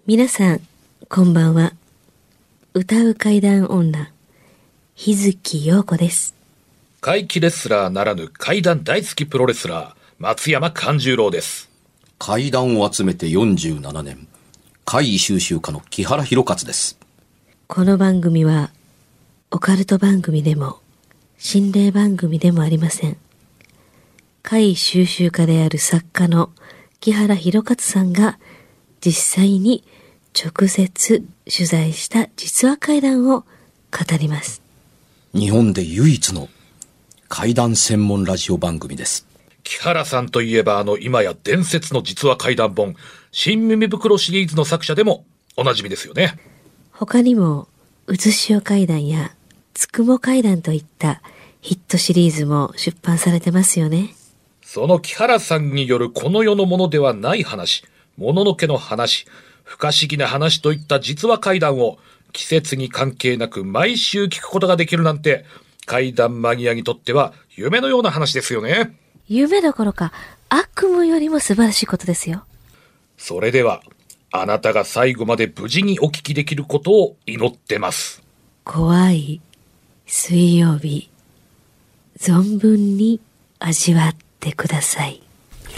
皆さん、こんばんは。歌う怪談女、日月陽子です。 怪奇レスラーならぬ怪談大好きプロレスラー、松山勘十郎です。 怪談を集めて47年、怪異収集家の木原博勝です。 この番組は、オカルト番組でも、心霊番組でもありません。怪異収集家である作家の木原博勝さんが、実際に直接取材した実話怪談を語ります。 日本で唯一の怪談専門ラジオ番組です。 木原さんといえば今や伝説の実話怪談本、新耳袋シリーズの作者でもおなじみですよね。 他にも、うずしお怪談やつくも怪談といったヒットシリーズも出版されてますよね。 その木原さんによるこの世のものではない話、もののけの話、不可思議な話といった実話怪談を季節に関係なく毎週聞くことができるなんて、怪談マニアにとっては夢のような話ですよね。 夢どころか悪夢よりも素晴らしいことですよ。 それではあなたが最後まで無事にお聞きできることを祈ってます。 怖い水曜日、存分に味わってください。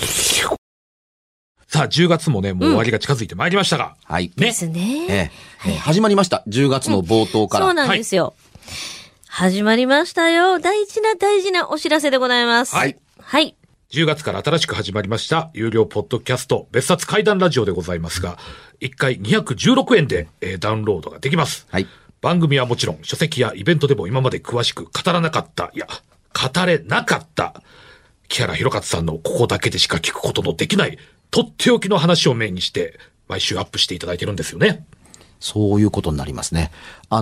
さあ、10月もね、もう終わりが近づいてまいりましたが。 はい。 ね。 ですね。 始まりました。10月の冒頭から。 そうなんですよ。始まりましたよ。大事なお知らせでございます。 はい。 はい。 10月から新しく始まりました有料ポッドキャスト別冊怪談ラジオでございますが、1回216円で、ダウンロードができます。 はい。 番組はもちろん書籍やイベントでも今まで詳しく語らなかった、語れなかった木原博勝さんのここだけでしか聞くことのできないとっておきの話をメインにして毎週アップしていただいてるんですよね。 そういうことになりますね。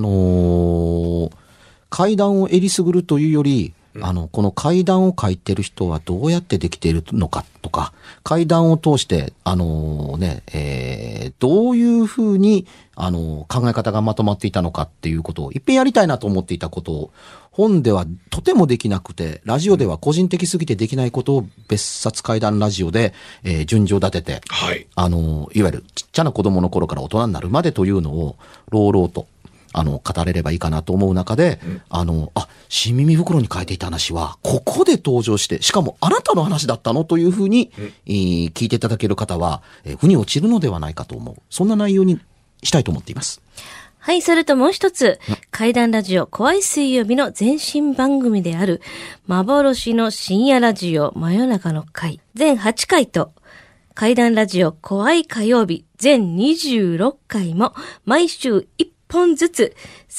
怪談をえりすぐるというより、この怪談を書いてる人はどうやってできているのかとか、怪談を通して、どういうふうに、考え方がまとまっていたのかっていうことを、いっぺんやりたいなと思っていたことを、本ではとてもできなくて、ラジオでは個人的すぎてできないことを別冊怪談ラジオで、順序立てて、 はい。 いわゆるちっちゃな子供の頃から大人になるまでというのを、朗々と、語れればいいかなと思う中で、新耳袋に書いていた話は、ここで登場して、しかもあなたの話だったのというふうに、聞いていただける方は、腑に落ちるのではないかと思う。そんな内容にしたいと思っています。 はい、それともう一つ、怪談ラジオ怖い水曜日の前身番組である、幻の深夜ラジオ真夜中の会、全8回と、怪談ラジオ怖い火曜日、全26回も、毎週1本ずつ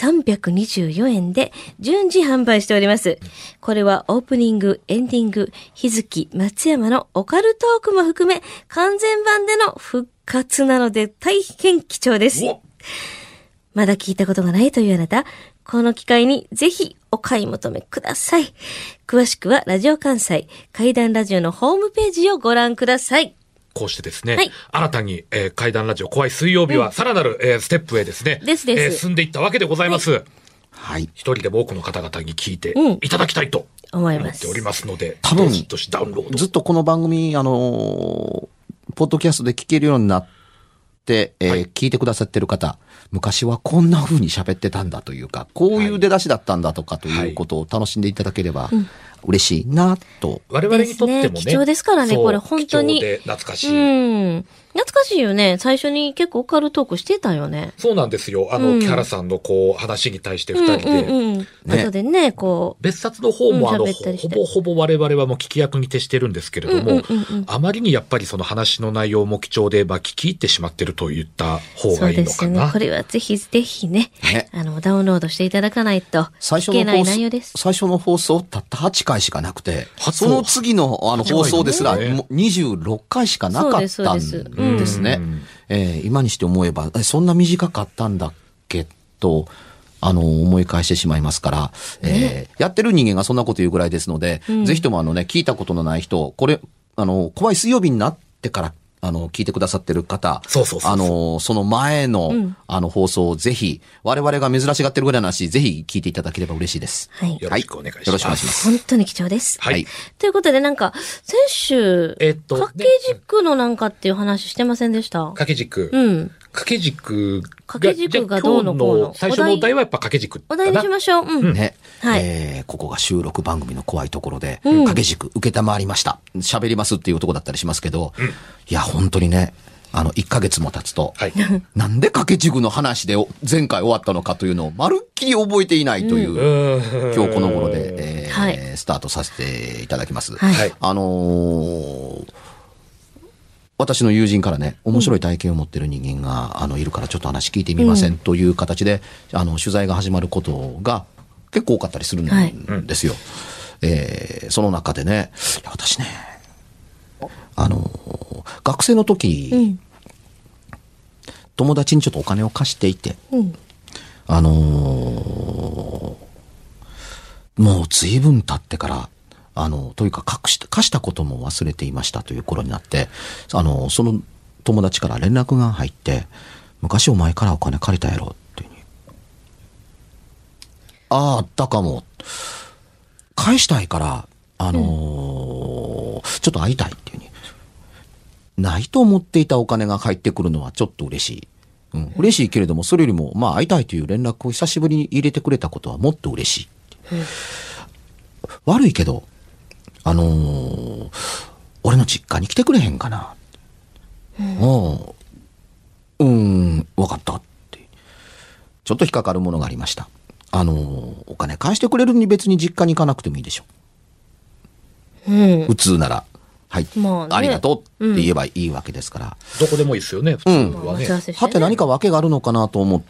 324円で順次販売しております。これはオープニング、エンディング、日月、松山のオカルトークも含め完全版での復活なので大変貴重です。まだ聞いたことがないというあなた、この機会にぜひお買い求めください。詳しくはラジオ関西怪談ラジオのホームページをご覧ください。 こうしてですね、 はい、 新たに、怪談ラジオ怖い水曜日はさらなる、ステップへですね、進んでいったわけでございます。 はい。 一人でも多くの方々に聞いていただきたいと思っておりますので、 多分ずっとこの番組、ポッドキャストで聞けるようになって、聞いてくださってる方、昔はこんな風に喋ってたんだというか、こういう出だしだったんだとかということを楽しんでいただければ、嬉しいなと。 我々にとってもね。 貴重ですからね、これ本当に。 貴重で懐かしい。 懐かしいよね。最初に結構オカルトークしてたよね。 そうなんですよ。木原さんの話に対して二人で。 後でね、 別冊の方もほぼほぼ我々はもう聞き役に徹してるんですけれども、あまりにやっぱりその話の内容も貴重で、聞き入ってしまってると言った方がいいのかな。 そうですね。これはぜひぜひね、ダウンロードしていただかないと聞けない内容です。 最初の放送たった8回しかなくて、その次の放送ですら26回しかなかったんですね。今にして思えば、そんな短かったんだっけと、思い返してしまいますから、やってる人間がそんなこと言うぐらいですので、ぜひとも聞いたことのない人、これ、怖い水曜日になってから、聞いてくださってる方、その前の、放送をぜひ、我々が珍しがってるぐらいの話、ぜひ聞いていただければ嬉しいです。 はい。 よろしくお願いします。 よろしくお願いします。 本当に貴重です。 はい。 ということで先週、掛け軸のっていう話してませんでした？ 掛け軸。 掛け軸がどうのこうの。 最初のお題はやっぱ掛け軸お題にしましょう。うん。 ね。 はい。 ここが収録番組の怖いところで、掛け軸受けたまわりました。喋りますっていうとこだったりしますけど、いや、本当にね、1ヶ月も経つと、なんで掛け軸の話で前回終わったのかというのをまるっきり覚えていないという、今日この頃で、スタートさせていただきます。はい、私の友人からね、面白い体験を持っている人間が、いるからちょっと話聞いてみませんという形で、取材が始まることが結構多かったりするんですよ。その中でね、私ね、学生の時、友達にちょっとお金を貸していて、もう随分経ってから、というか貸したことも忘れていましたという頃になって、その友達から連絡が入って、昔お前からお金借りたやろっていうに。あったかも。返したいから、ちょっと会いたいっていうに。ないと思っていたお金が返ってくるのはちょっと嬉しい。嬉しいけれども、それよりも、会いたいという連絡を久しぶりに入れてくれたことはもっと嬉しい。悪いけど、俺の実家に来てくれへんかな。わかったって。ちょっと引っかかるものがありました。お金返してくれるに別に実家に行かなくてもいいでしょ。普通なら。はい、ありがとうって言えばいいわけですから。 どこでもいいですよね、普通はね。 はて何か訳があるのかなと思って、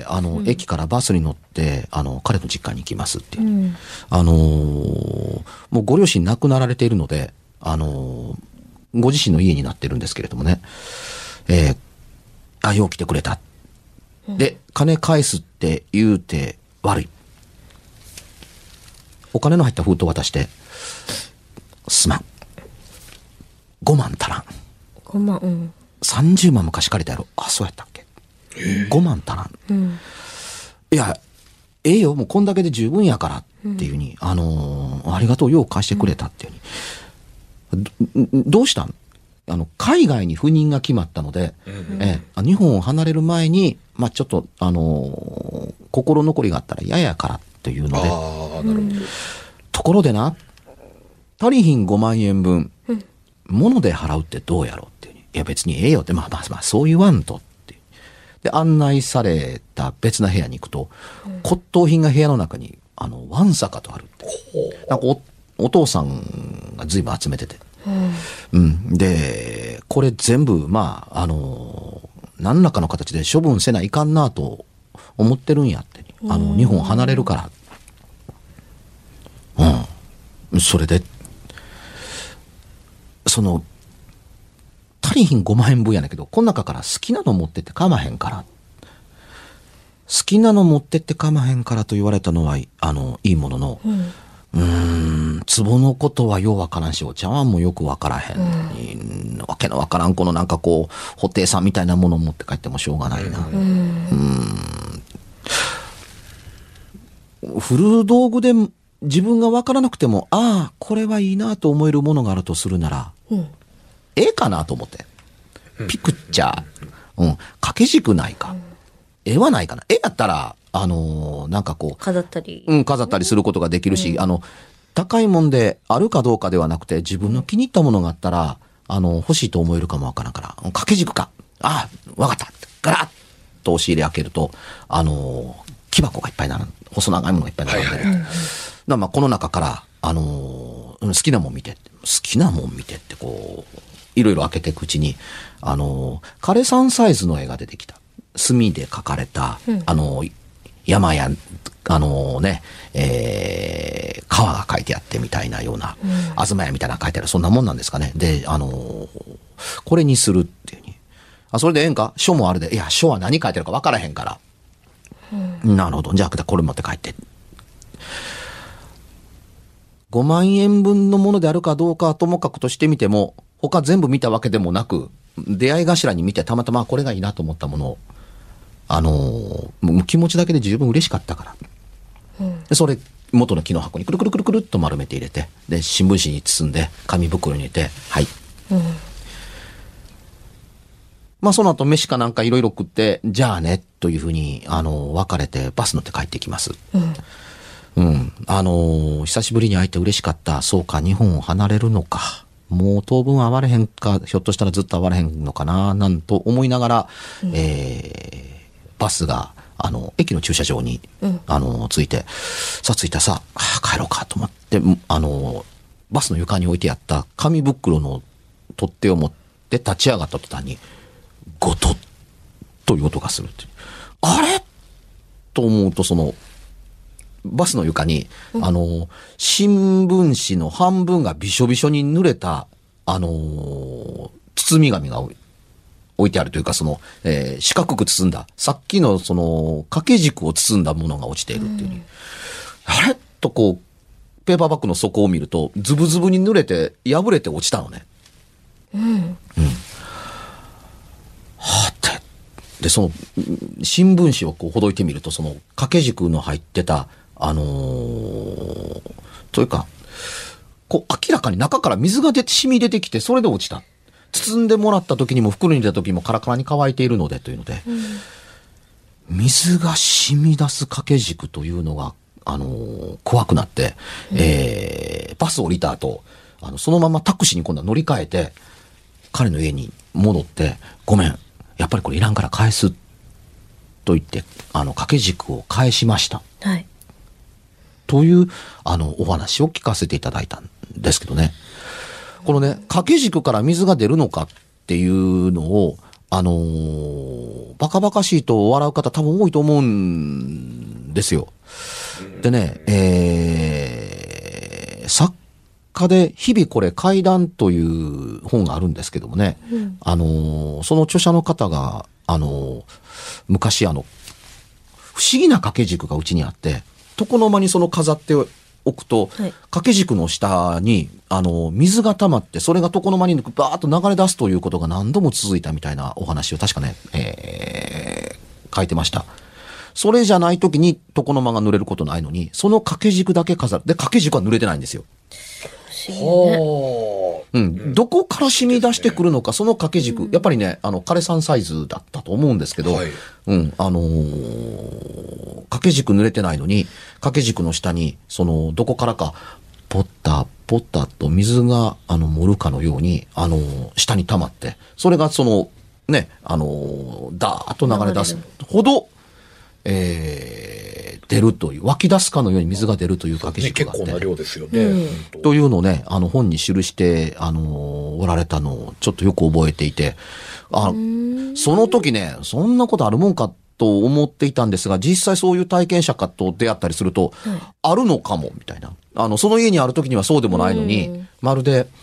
駅からバスに乗って、彼の実家に行きますっていう。もうご両親亡くなられているので、ご自身の家になってるんですけれどもね。よう来てくれた。で、金返すって言うて悪い。お金の入った封筒渡して、すまん。5万足らん。 5万、 30万昔借りたやろ。あ、そうやったっけ。5万足らん。いや、よ、もうこんだけで十分やからっていうふうに、ありがとう、よう貸してくれたっていうふうに。どうしたん？海外に赴任が決まったので、日本を離れる前に、ちょっと、心残りがあったら嫌やからっていうので。 なるほど。 ところでな、足りひん5万円分、物で払うってどうやろうっていう。いや別によって、そう言わんとって。で、案内された別な部屋に行くと、骨董品が部屋の中に、わんさかとあるって。なんかお父さんが随分集めてて。で、これ全部、何らかの形で処分せないかんなと思ってるんやって。日本を離れるから。それで、足りひん5万円分やねんけど、この中から好きなの持ってってかまへんから。好きなの持ってってかまへんからと言われたのは、いいものの、壺のことはようわからんし、お茶碗もよくわからへん。わけのわからん、このなんかこう、布袋さんみたいなものを持って帰ってもしょうがないな。古道具で自分がわからなくても、これはいいなと思えるものがあるとするなら、かなと思って。ピクチャー。掛け軸ないか。はないかな。やったら、なんかこう。 飾ったり。 飾ったりすることができるし、高いもんであるかどうかではなくて、自分の気に入ったものがあったら、欲しいと思えるかもわからんから、掛け軸か。わかった。ガラッと押し入れ開けると、木箱がいっぱいなる。細長いものがいっぱい並んでる。この中から、好きなもん見てってこう、いろいろ開けていくうちに、枯山サイズの絵が出てきた。墨で描かれた、山や、川が描いてあってみたいなような、東屋みたいなのが描いてある、そんなもんなんですかね。で、これにするっていうに。それでええんか？書もあるで。いや、書は何書いてるか分からへんから。なるほど。じゃあ、これ持って帰って。5万円分のものであるかどうかはともかくとしてみても、他全部見たわけでもなく、出会い頭に見てたまたまこれがいいなと思ったものを、気持ちだけで十分嬉しかったから。でそれ、元の木の箱にくるくるくるくるっと丸めて入れて、で、新聞紙に包んで、紙袋に入れて、はい。 まあその後飯かなんかいろいろ食って、じゃあね、というふうに、別れてバス乗って帰ってきます。久しぶりに会えて嬉しかった。そうか、日本を離れるのか。もう当分会われへんか、ひょっとしたらずっと会われへんのかな、なんと思いながら、バスが、駅の駐車場に、着いて、さあ着いたさ、帰ろうかと思って、バスの床に置いてあった紙袋の取っ手を持って立ち上がった途端に、ゴトッという音がするって。あれと思うと、バスの床に、新聞紙の半分がびしょびしょに濡れた、包み紙が置いてあるというか、四角く包んだ、さっきの掛け軸を包んだものが落ちているっていう。あれとこう、ペーパーバッグの底を見ると、ズブズブに濡れて、破れて落ちたのね。はって。で、新聞紙をこうほどいてみると、掛け軸の入ってた、というか、こう明らかに中から水が染み出てきて、それで落ちた。包んでもらった時にも袋に入れた時もカラカラに乾いているのでというので、水が染み出す掛け軸というのが、怖くなって、バス降りた後、そのままタクシーに今度は乗り換えて、彼の家に戻って、ごめん、やっぱりこれいらんから返す。と言って、掛け軸を返しました。 はい。 という、お話を聞かせていただいたんですけどね。このね、掛け軸から水が出るのかっていうのを、バカバカしいと笑う方多分多いと思うんですよ。でね、作家で日々これ怪談という本があるんですけどもね、その著者の方が、昔不思議な掛け軸がうちにあって、床の間に飾っておくと、はい、掛け軸の下に、水が溜まって、それが床の間にバーッと流れ出すということが何度も続いたみたいなお話を確かね、書いてました。それじゃない時に床の間が濡れることないのに、その掛け軸だけ飾る。で、掛け軸は濡れてないんですよ。どこから染み出してくるのか、その掛け軸、やっぱりね、枯山サイズだったと思うんですけど、はい、掛け軸濡れてないのに、掛け軸の下に、どこからか、ポッタ、ポッタと水が、盛るかのように、下に溜まって、それがね、ダーッと流れ出すほど、出るという、湧き出すかのように水が出るという掛け軸があって、 結構な量ですよね。 というのをね、本に記して、おられたのをちょっとよく覚えていて、その時ね、そんなことあるもんかと思っていたんですが、実際そういう体験者かと出会ったりすると、あるのかも、みたいな。その家にある時にはそうでもないのに、まるで、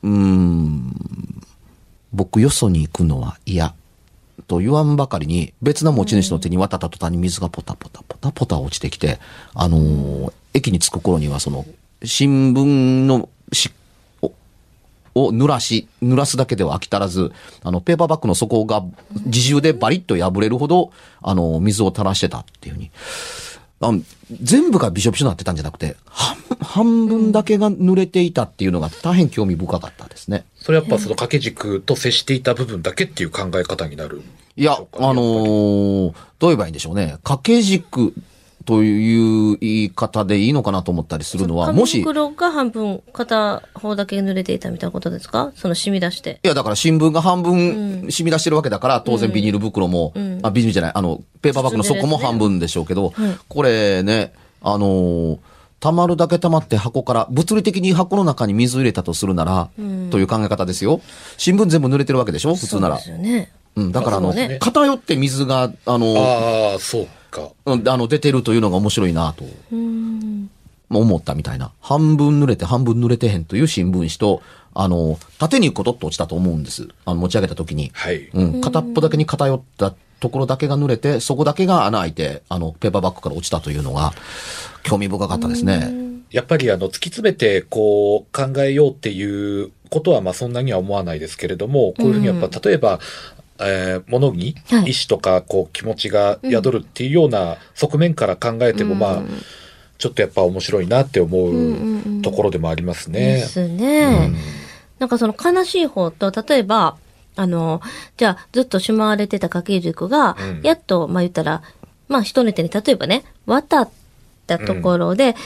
僕よそに行くのは嫌。と言わんばかりに別な持ち主の手に渡った途端に水がポタポタポタポタ落ちてきて、駅に着く頃には新聞のを濡らすだけでは飽き足らず、ペーパーバッグの底が自重でバリッと破れるほど、水を垂らしてたっていうふうに。全部がびしょびしょになってたんじゃなくて、半分だけが濡れていたっていうのが大変興味深かったですね。 それやっぱ掛け軸と接していた部分だけっていう考え方になる。 いや、どう言えばいいんでしょうね。掛け軸という言い方でいいのかなと思ったりするのは、もし。 紙袋が半分、片方だけ濡れていたみたいなことですか？染み出して。 いや、だから新聞が半分染み出してるわけだから、当然ビニール袋も、ビニールじゃない、ペーパーバッグの底も半分でしょうけど、これね、溜まるだけ溜まって箱から、物理的に箱の中に水を入れたとするなら、という考え方ですよ。新聞全部濡れてるわけでしょ？普通なら。そうですよね。だから偏って水が、 そうか。 出てるというのが面白いなと、思ったみたいな。半分濡れて半分濡れてへんという新聞紙と、縦にコトッと落ちたと思うんです。持ち上げた時に。 はい。 片っぽだけに偏ったところだけが濡れて、そこだけが穴開いて、ペーパーバッグから落ちたというのが、興味深かったですね。 やっぱり突き詰めて考えようっていうことはそんなには思わないですけれども、こういうふうにやっぱ例えば、物に意志とか気持ちが宿るっていうような側面から考えてもちょっとやっぱ面白いなって思うところでもありますね。 ですね。なんか悲しい方と、例えばじゃあ、ずっとしまわれてた掛け軸が、やっと、言ったら、一ネタに、例えばね、渡ったところで、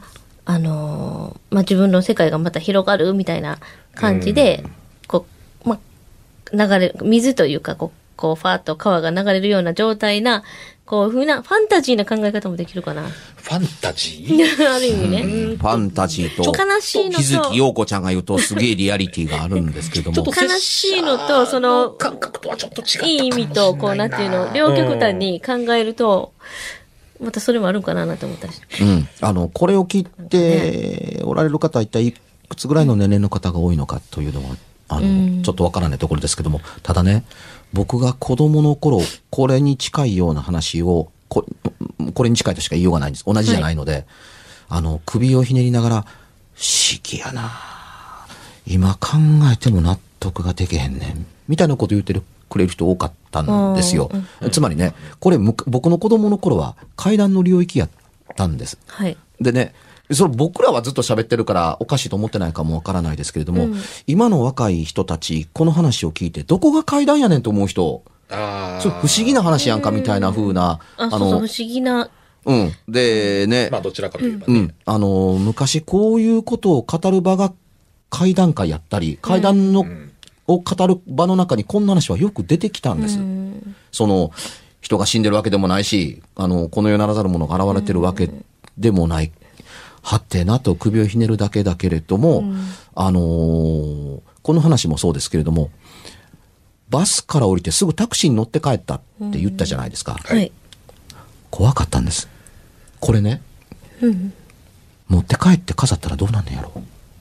自分の世界がまた広がるみたいな感じで、流れる、水というか、ファーッと川が流れるような状態な、こういうふうなファンタジーな考え方もできるかな。 ファンタジーある意味ね。 ファンタジーと、 悲しいのと、 木月陽子ちゃんが言うとすげえリアリティがあるんですけども。 悲しいのと、 感覚とはちょっと違ったいい意味と、なんていうの、両極端に考えると、またそれもあるんかなと思ったりして。 これを聞いておられる方は一体いくつぐらいの年齢の方が多いのかというのは、ちょっとわからないところですけども、ただね、僕が子供の頃、これに近いような話を、これに近いとしか言いようがないんです。同じじゃないので、首をひねりながら、不思議やな今考えても納得ができへんねん。みたいなこと言ってくれる人多かったんですよ。つまりね、これ僕の子供の頃は階段の領域やったんです。 はい。 でね、僕らはずっと喋ってるからおかしいと思ってないかもわからないですけれども、今の若い人たち、この話を聞いて、どこが階段やねんと思う人、そう不思議な話やんかみたいな風な、 そう不思議な。 でね、 どちらかといえばね、 昔こういうことを語る場が階段会やったり、階段の、を語る場の中にこんな話はよく出てきたんです。人が死んでるわけでもないし、この世ならざるものが現れてるわけでもない。はってなと首をひねるだけだけれども、この話もそうですけれども、バスから降りてすぐタクシーに乗って帰ったって言ったじゃないですか。 はい。 怖かったんです。これね、持って帰って飾ったらどうなんねやろ。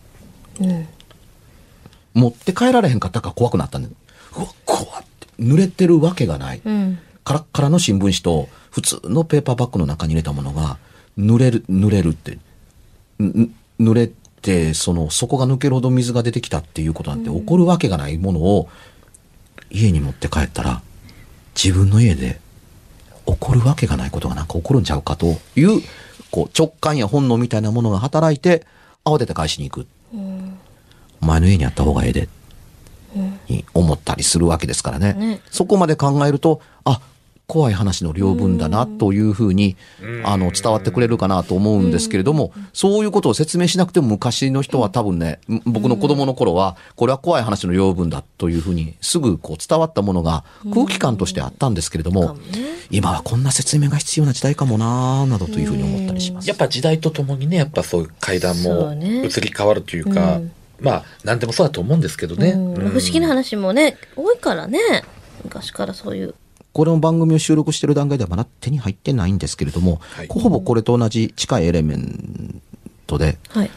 持って帰られへんかったから怖くなったんです。うわ、怖って。濡れてるわけがない。カラッカラの新聞紙と普通のペーパーバッグの中に入れたものが濡れるって。濡れて底が抜けるほど水が出てきたっていうことなんて起こるわけがないものを家に持って帰ったら自分の家で起こるわけがないことがなんか起こるんちゃうかという直感や本能みたいなものが働いて慌てて返しに行く、お前の家にあった方がええで、に思ったりするわけですからね、そこまで考えると怖い話の領分だなというふうに伝わってくれるかなと思うんですけれども、そういうことを説明しなくても昔の人は多分ね、僕の子供の頃はこれは怖い話の領分だというふうにすぐ伝わったものが空気感としてあったんですけれども、今はこんな説明が必要な時代かもななどというふうに思ったりします。 やっぱ時代とともにね、やっぱそういう階段も移り変わるというか、何でもそうだと思うんですけどね、 不思議な話もね多いからね、昔からそういう。 これの番組を収録している段階ではまだ手に入ってないんですけれども、ほぼこれと同じ近いエレメントで、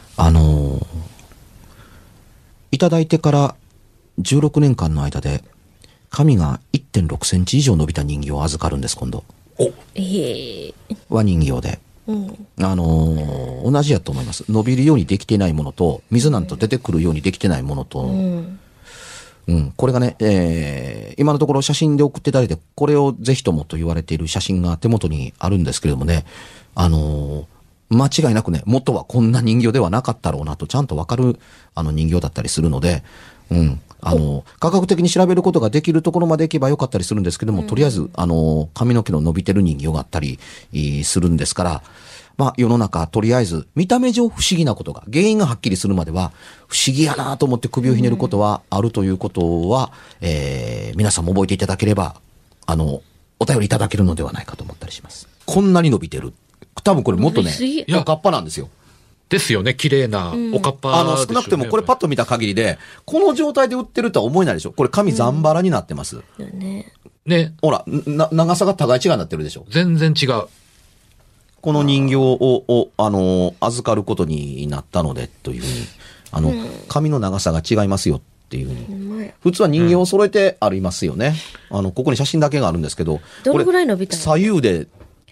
いただいてから16年間の間で髪が 1.6 センチ以上伸びた人形を預かるんです、今度。は人形で。同じやと思います。伸びるようにできてないものと、水なんと出てくるようにできてないものと、これがね、今のところ写真で送っていただいて、これをぜひともと言われている写真が手元にあるんですけれどもね、間違いなくね、元はこんな人形ではなかったろうなとちゃんとわかる人形だったりするので、科学的に調べることができるところまでいけばよかったりするんですけども、とりあえず髪の毛の伸びてる人形があったりするんですから、世の中とりあえず見た目上不思議なことが、原因がはっきりするまでは不思議やなと思って首をひねることはあるということは、皆さんも覚えていただければお便りいただけるのではないかと思ったりします。こんなに伸びてる。多分これもっとね、おかっぱなんですよ。 ですよね、綺麗なおかっぱですよね。 少なくてもこれパッと見た限りで、この状態で売ってるとは思えないでしょ。これ髪ざんばらになってます。 ね。 ほら、長さが互い違いになってるでしょ。 全然違う。 この人形を、預かることになったので、というふうに、髪の長さが違いますよっていうふうに。普通は人形を揃えてありますよね。ここに写真だけがあるんですけど、 どのぐらい伸びたの？ 左右で、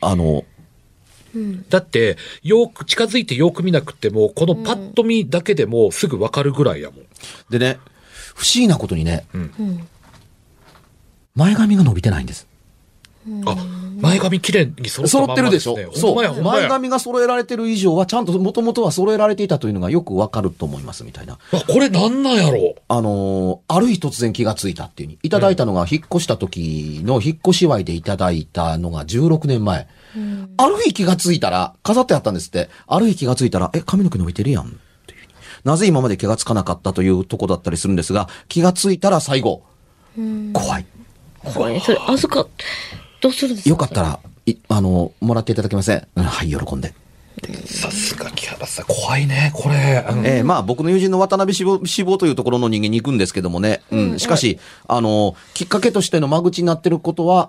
だって、よく近づいてよく見なくても、このパッと見だけでもすぐわかるぐらいやもん。 でね、不思議なことにね、前髪が伸びてないんです。 あ、前髪綺麗に揃ったまんまですね。 揃ってるでしょ。そう。前髪が揃えられてる以上は、ちゃんと元々は揃えられていたというのがよくわかると思いますみたいな。 これなんなんやろ。 ある日突然気がついたっていうに。いただいたのが引っ越した時の引っ越し祝いでいただいたのが16年前。ある日気がついたら、飾ってあったんですって。ある日気がついたら、髪の毛伸びてるやん。っていう。なぜ今まで気がつかなかったというとこだったりするんですが、気がついたら最後。怖い。 怖い。それ、どうするんですか？ よかったら、もらっていただけません？はい、喜んで。 さすが木原さん、怖いね、これ。 まあ僕の友人の渡辺志望というところの人間に行くんですけどもね。しかし、きっかけとしての間口になってることは、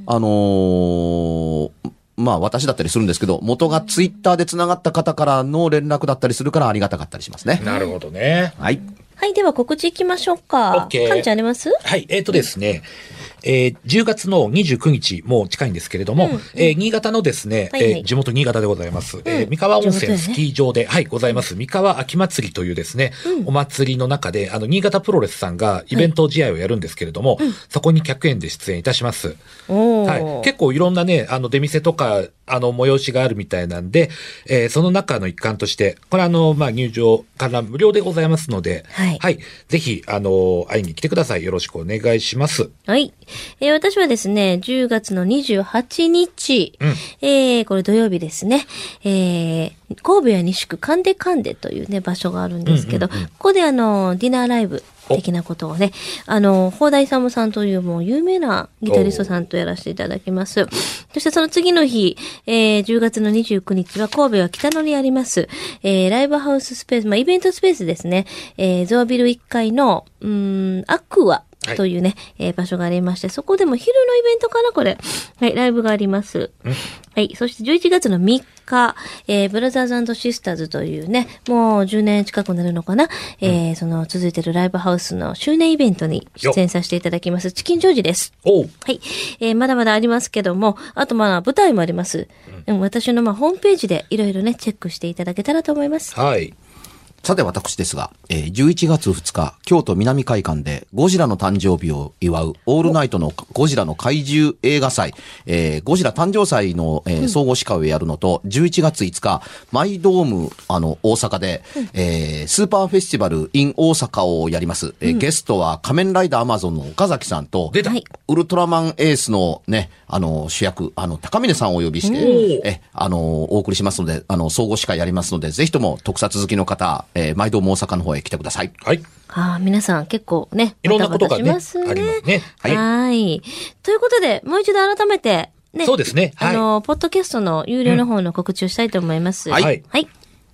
まあ私だったりするんですけど、元がツイッターで繋がった方からの連絡だったりするからありがたかったりしますね。 なるほどね。 はい。 はい、では告知いきましょうか。 OK。 かんちゃんあります？ はい、ですね。10月の29日、もう近いんですけれども、新潟のですね、地元新潟でございます、三河温泉スキー場で、はい、ございます、三河秋祭りというですね、お祭りの中で、新潟プロレスさんがイベント試合をやるんですけれども、そこに客演で出演いたします。はい。結構いろんなね、出店とか、催しがあるみたいなんで、その中の一環として、これまあ、入場から無料でございますので、はい。ぜひ、会いに来てください。よろしくお願いします。 はい。私はですね、10月の28日、これ土曜日ですね、神戸や西区カンデというね、場所があるんですけど、ここでディナーライブ的なことをね、砲台勇さんというもう有名なギタリストさんとやらせていただきます。そしてその次の日、10月の29日は神戸は北野にあります、ライブハウススペース、まあ、イベントスペースですね、ゾアビル1階の、アクア、というね、場所がありまして、そこでも昼のイベントかな、これ。はい、ライブがあります。はい、そして11月の3日、ブラザーズ&シスターズというね、もう10年近くなるのかな、その続いてるライブハウスの周年イベントに出演させていただきます、チキンジョージです。はい、まだまだありますけども、あとまあ舞台もあります。私のまあホームページでいろいろね、チェックしていただけたらと思います。 はい。 さて私ですが、11月2日、京都南会館でゴジラの誕生日を祝うオールナイトのゴジラの怪獣映画祭、ゴジラ誕生祭の、総合司会をやるのと、11月5日、マイドーム、大阪で、スーパーフェスティバル in 大阪をやります。ゲストは仮面ライダーアマゾンの岡崎さんと、ウルトラマンエースのね、主役、高峰さんをお呼びして、お送りしますので、総合司会やりますので、ぜひとも特撮好きの方、毎度大阪の方へ来てください。 はい。 皆さん結構ね、 いろんなことがね、ありますね。 はい。ということで、もう一度改めて、ね。 そうですね。 ポッドキャストの有料の方の告知をしたいと思います。 はい。 はい。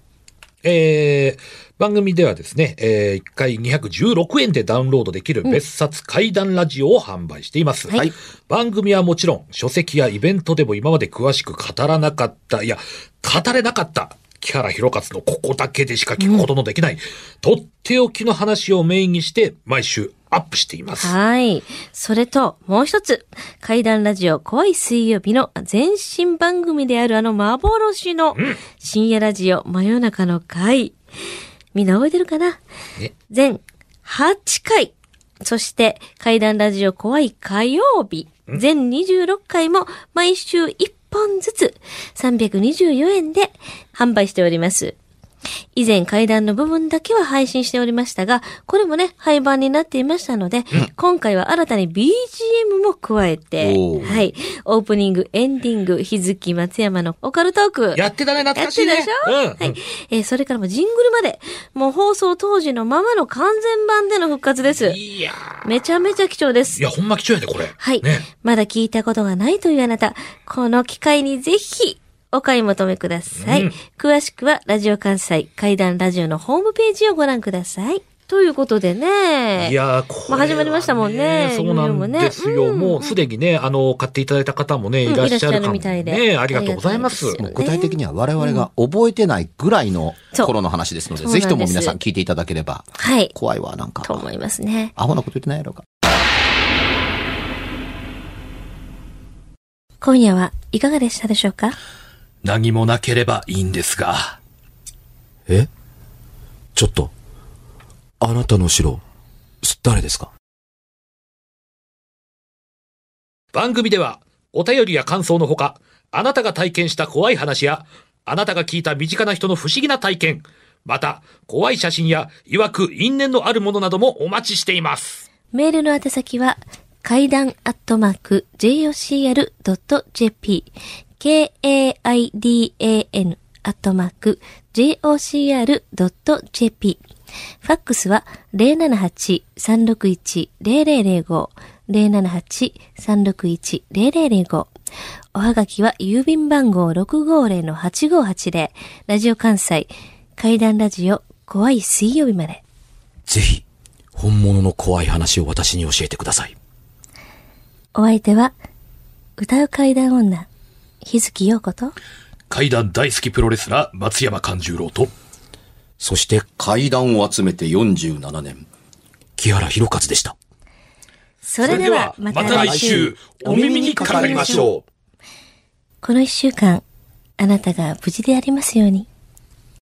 番組ではですね、1回216円でダウンロードできる別冊怪談ラジオを販売しています。 はい。 番組はもちろん、書籍やイベントでも今まで詳しく語らなかった、いや、語れなかった、木原博勝のここだけでしか聞くことのできない、とっておきの話をメインにして毎週アップしています。 はい。それと、もう一つ、怪談ラジオ怖い水曜日の前身番組である幻の深夜ラジオ真夜中の会。みんな覚えてるかな？全8回。そして怪談ラジオ怖い火曜日。全26回も毎週1本ずつ324円で販売しております。以前怪談の部分だけは配信しておりましたが、これもね、廃盤になっていましたので、今回は新たに BGM も加えて、はい、オープニング、エンディング、日月松山のオカルトーク。 やってたね、懐かしいね。 やってたでしょ？はい。それからもジングルまで、もう放送当時のままの完全版での復活です。 いやー。 めちゃめちゃ貴重です。 いや、ほんま貴重やで、これ。 はい。 ね、 まだ聞いたことがないというあなた、この機会にぜひ、お買い求めください。詳しくは、ラジオ関西怪談ラジオのホームページをご覧ください。ということでね。 いやー、これ、 まあ始まりましたもんね。 そうなんですよ。もうすでにね、買っていただいた方もね、いらっしゃるかもみたいで。ね、ありがとうございます。 もう具体的には我々が覚えてないぐらいの頃の話ですので、ぜひとも皆さん聞いていただければ。はい。怖いわ、なんか。 と思いますね。 アホなこと言ってないやろうか。 今夜はいかがでしたでしょうか？ 何もなければいいんですが。 ちょっと、あなたの城、誰ですか？ 番組ではお便りや感想のほか、あなたが体験した怖い話や、あなたが聞いた身近な人の不思議な体験、また、怖い写真や、曰く因縁のあるものなどもお待ちしています。 メールの宛先は、怪談@jocr.jp、KAIDAN@jocr.jp。ファックスは 078-361-0005、078-361-0005。おはがきは郵便番号 650-8580、ラジオ関西、怪談ラジオ、怖い水曜日まで。 ぜひ、本物の怖い話を私に教えてください。 お相手は、歌う怪談女、日月陽子と、 怪談大好きプロレスラー、松山勘十郎と、 そして怪談を集めて47年、木原博一でした。 それではまた来週、 お耳にかかりましょう。 この1週間、あなたが無事でありますように。